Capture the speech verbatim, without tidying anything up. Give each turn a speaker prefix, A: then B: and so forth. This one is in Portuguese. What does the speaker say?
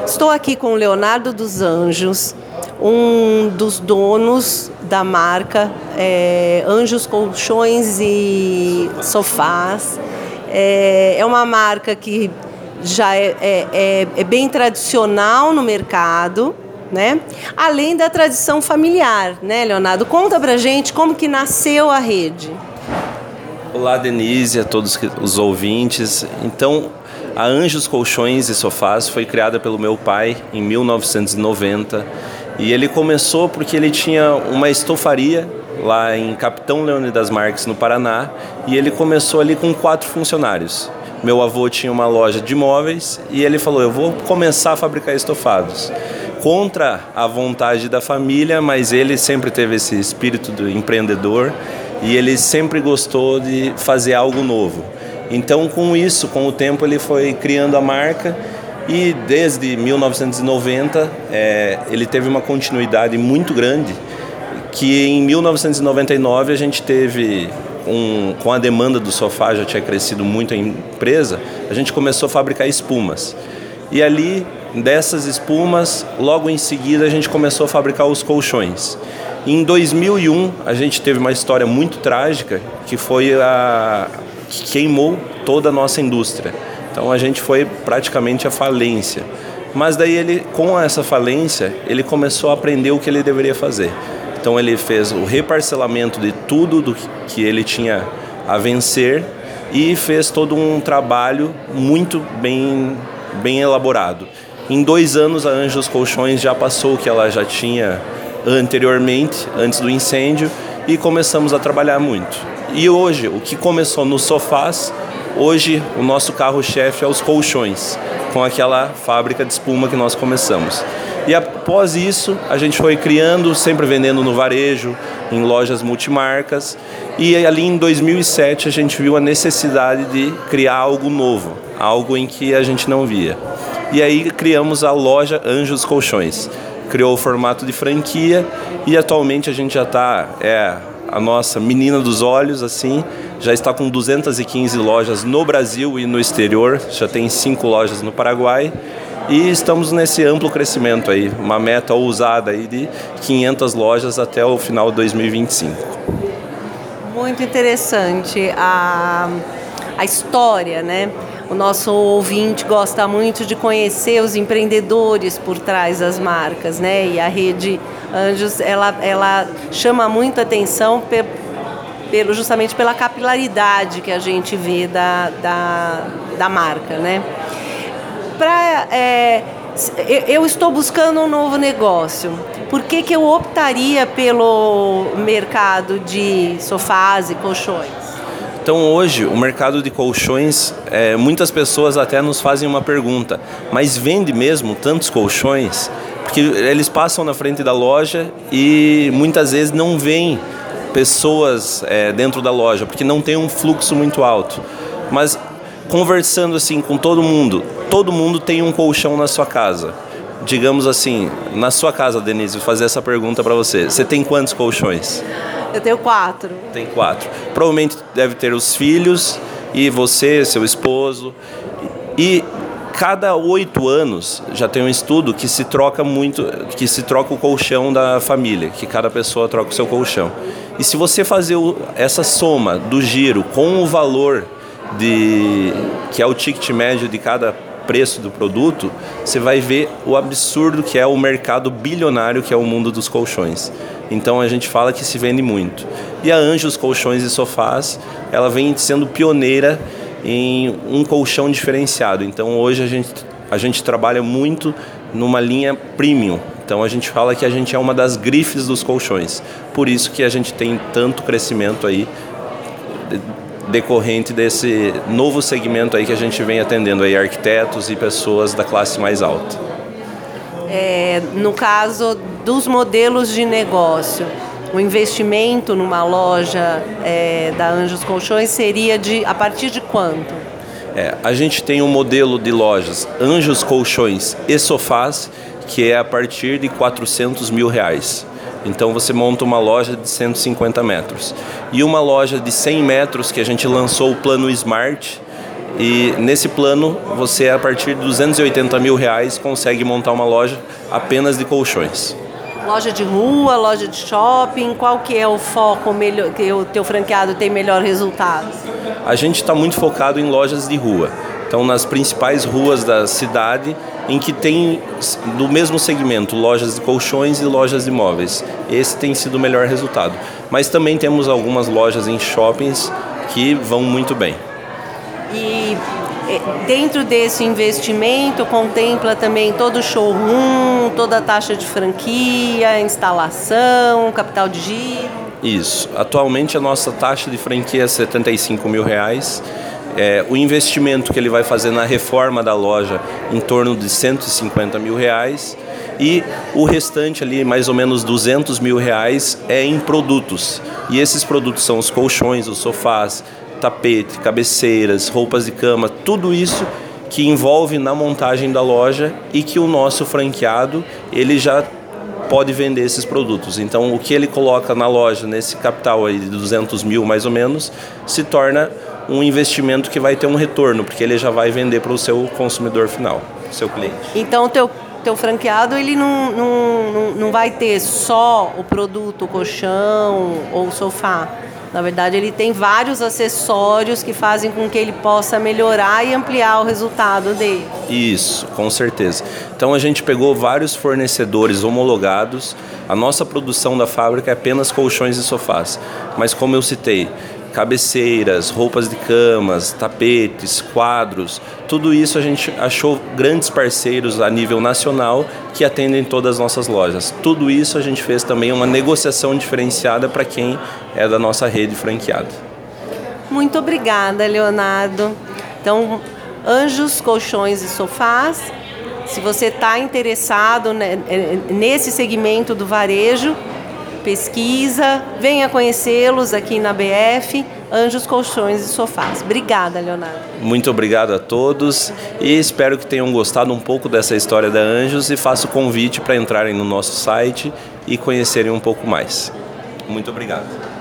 A: Estou aqui com o Leonardo dos Anjos, um dos donos da marca é, Anjos Colchões e Sofás. É, é uma marca que já é, é, é bem tradicional no mercado, né? Além da tradição familiar, né, Leonardo? Conta pra gente como que nasceu a rede.
B: Olá, Denise, a todos os ouvintes. Então, a Anjos Colchões e Sofás foi criada pelo meu pai em mil novecentos e noventa e ele começou porque ele tinha uma estofaria lá em Capitão Leônidas Marques, no Paraná, e ele começou ali com quatro funcionários. Meu avô tinha uma loja de móveis e ele falou, eu vou começar a fabricar estofados. Contra a vontade da família, mas ele sempre teve esse espírito do empreendedor e ele sempre gostou de fazer algo novo. Então, com isso, com o tempo, ele foi criando a marca e desde mil novecentos e noventa é, ele teve uma continuidade muito grande, que em mil novecentos e noventa e nove a gente teve, um, com a demanda do sofá, já tinha crescido muito a empresa, a gente começou a fabricar espumas. E ali, dessas espumas, logo em seguida a gente começou a fabricar os colchões. Em dois mil e um a gente teve uma história muito trágica, que foi a que queimou toda a nossa indústria. Então a gente foi praticamente à falência. Mas daí ele, com essa falência, ele começou a aprender o que ele deveria fazer. Então ele fez o reparcelamento de tudo do que ele tinha a vencer e fez todo um trabalho muito bem, bem elaborado. Em dois anos a Anjos Colchões já passou o que ela já tinha anteriormente, antes do incêndio, e começamos a trabalhar muito. E hoje, o que começou nos sofás, hoje o nosso carro-chefe é os colchões, com aquela fábrica de espuma que nós começamos. E após isso, a gente foi criando, sempre vendendo no varejo, em lojas multimarcas, e ali em dois mil e sete a gente viu a necessidade de criar algo novo, algo em que a gente não via. E aí criamos a loja Anjos Colchões. Criou o formato de franquia e atualmente a gente já está... É, a nossa menina dos olhos, assim, já está com duzentas e quinze lojas no Brasil e no exterior, já tem cinco lojas no Paraguai e estamos nesse amplo crescimento aí, uma meta ousada aí de quinhentas lojas até o final de dois mil e vinte e cinco.
A: Muito interessante a, a história, né? O nosso ouvinte gosta muito de conhecer os empreendedores por trás das marcas, né? E a rede Anjos, ela, ela chama muito atenção pe, pelo, justamente pela capilaridade que a gente vê da, da, da marca, né? Pra, é, eu estou buscando um novo negócio. Por que que eu optaria pelo mercado de sofás e colchões?
B: Então hoje o mercado de colchões, é, muitas pessoas até nos fazem uma pergunta, mas vende mesmo tantos colchões? Porque eles passam na frente da loja e muitas vezes não vêm pessoas é, dentro da loja, porque não tem um fluxo muito alto. Mas conversando assim com todo mundo, todo mundo tem um colchão na sua casa. Digamos assim, na sua casa, Denise, vou fazer essa pergunta para você. Você tem quantos colchões?
A: Eu tenho quatro.
B: Tem quatro. Provavelmente deve ter os filhos e você, seu esposo. E cada oito anos já tem um estudo que se troca muito, que se troca o colchão da família, que cada pessoa troca o seu colchão. E se você fazer o, essa soma do giro com o valor de que é o ticket médio de cada preço do produto, você vai ver o absurdo que é o mercado bilionário que é o mundo dos colchões. Então a gente fala que se vende muito. E a Anjos Colchões e Sofás, ela vem sendo pioneira em um colchão diferenciado. Então hoje a gente, a gente trabalha muito numa linha premium. Então a gente fala que a gente é uma das grifes dos colchões. Por isso que a gente tem tanto crescimento aí decorrente desse novo segmento aí que a gente vem atendendo aí, arquitetos e pessoas da classe mais alta.
A: É, no caso dos modelos de negócio, o investimento numa loja é, da Anjos Colchões seria de a partir de quanto?
B: É, a gente tem um modelo de lojas Anjos Colchões e Sofás que é a partir de quatrocentos mil reais. Então você monta uma loja de cento e cinquenta metros. E uma loja de cem metros que a gente lançou o plano Smart, E nesse plano, você a partir de duzentos e oitenta mil reais consegue montar uma loja apenas de colchões.
A: Loja de rua, loja de shopping, qual que é o foco melhor, que o teu franqueado tem melhor resultado?
B: A gente está muito focado em lojas de rua. Então, nas principais ruas da cidade, em que tem do mesmo segmento, lojas de colchões e lojas de móveis. Esse tem sido o melhor resultado. Mas também temos algumas lojas em shoppings que vão muito bem.
A: E dentro desse investimento contempla também todo o showroom, toda a taxa de franquia, instalação, capital de giro?
B: Isso. Atualmente a nossa taxa de franquia é setenta e cinco mil reais. É, o investimento que ele vai fazer na reforma da loja em torno de cento e cinquenta mil reais e o restante ali, mais ou menos duzentos mil reais, é em produtos. E esses produtos são os colchões, os sofás, tapete, cabeceiras, roupas de cama, tudo isso que envolve na montagem da loja e que o nosso franqueado ele já pode vender esses produtos. Então o que ele coloca na loja nesse capital aí de duzentos mil mais ou menos se torna um investimento que vai ter um retorno, porque ele já vai vender para o seu consumidor final, seu cliente.
A: Então o teu, teu franqueado ele não, não, não, não vai ter só o produto, o colchão ou o sofá. Na verdade, ele tem vários acessórios que fazem com que ele possa melhorar e ampliar o resultado dele.
B: Isso, com certeza. Então a gente pegou vários fornecedores homologados. A nossa produção da fábrica é apenas colchões e sofás. Mas como eu citei, cabeceiras, roupas de camas, tapetes, quadros, tudo isso a gente achou grandes parceiros a nível nacional que atendem todas as nossas lojas. Tudo isso a gente fez também uma negociação diferenciada para quem é da nossa rede franqueada.
A: Muito obrigada, Leonardo. Então, Anjos, Colchões e Sofás. Se você está interessado nesse segmento do varejo, pesquisa, venha conhecê-los aqui na B F, Anjos, Colchões e Sofás. Obrigada, Leonardo.
B: Muito obrigado a todos e espero que tenham gostado um pouco dessa história da Anjos e faço o convite para entrarem no nosso site e conhecerem um pouco mais. Muito obrigado.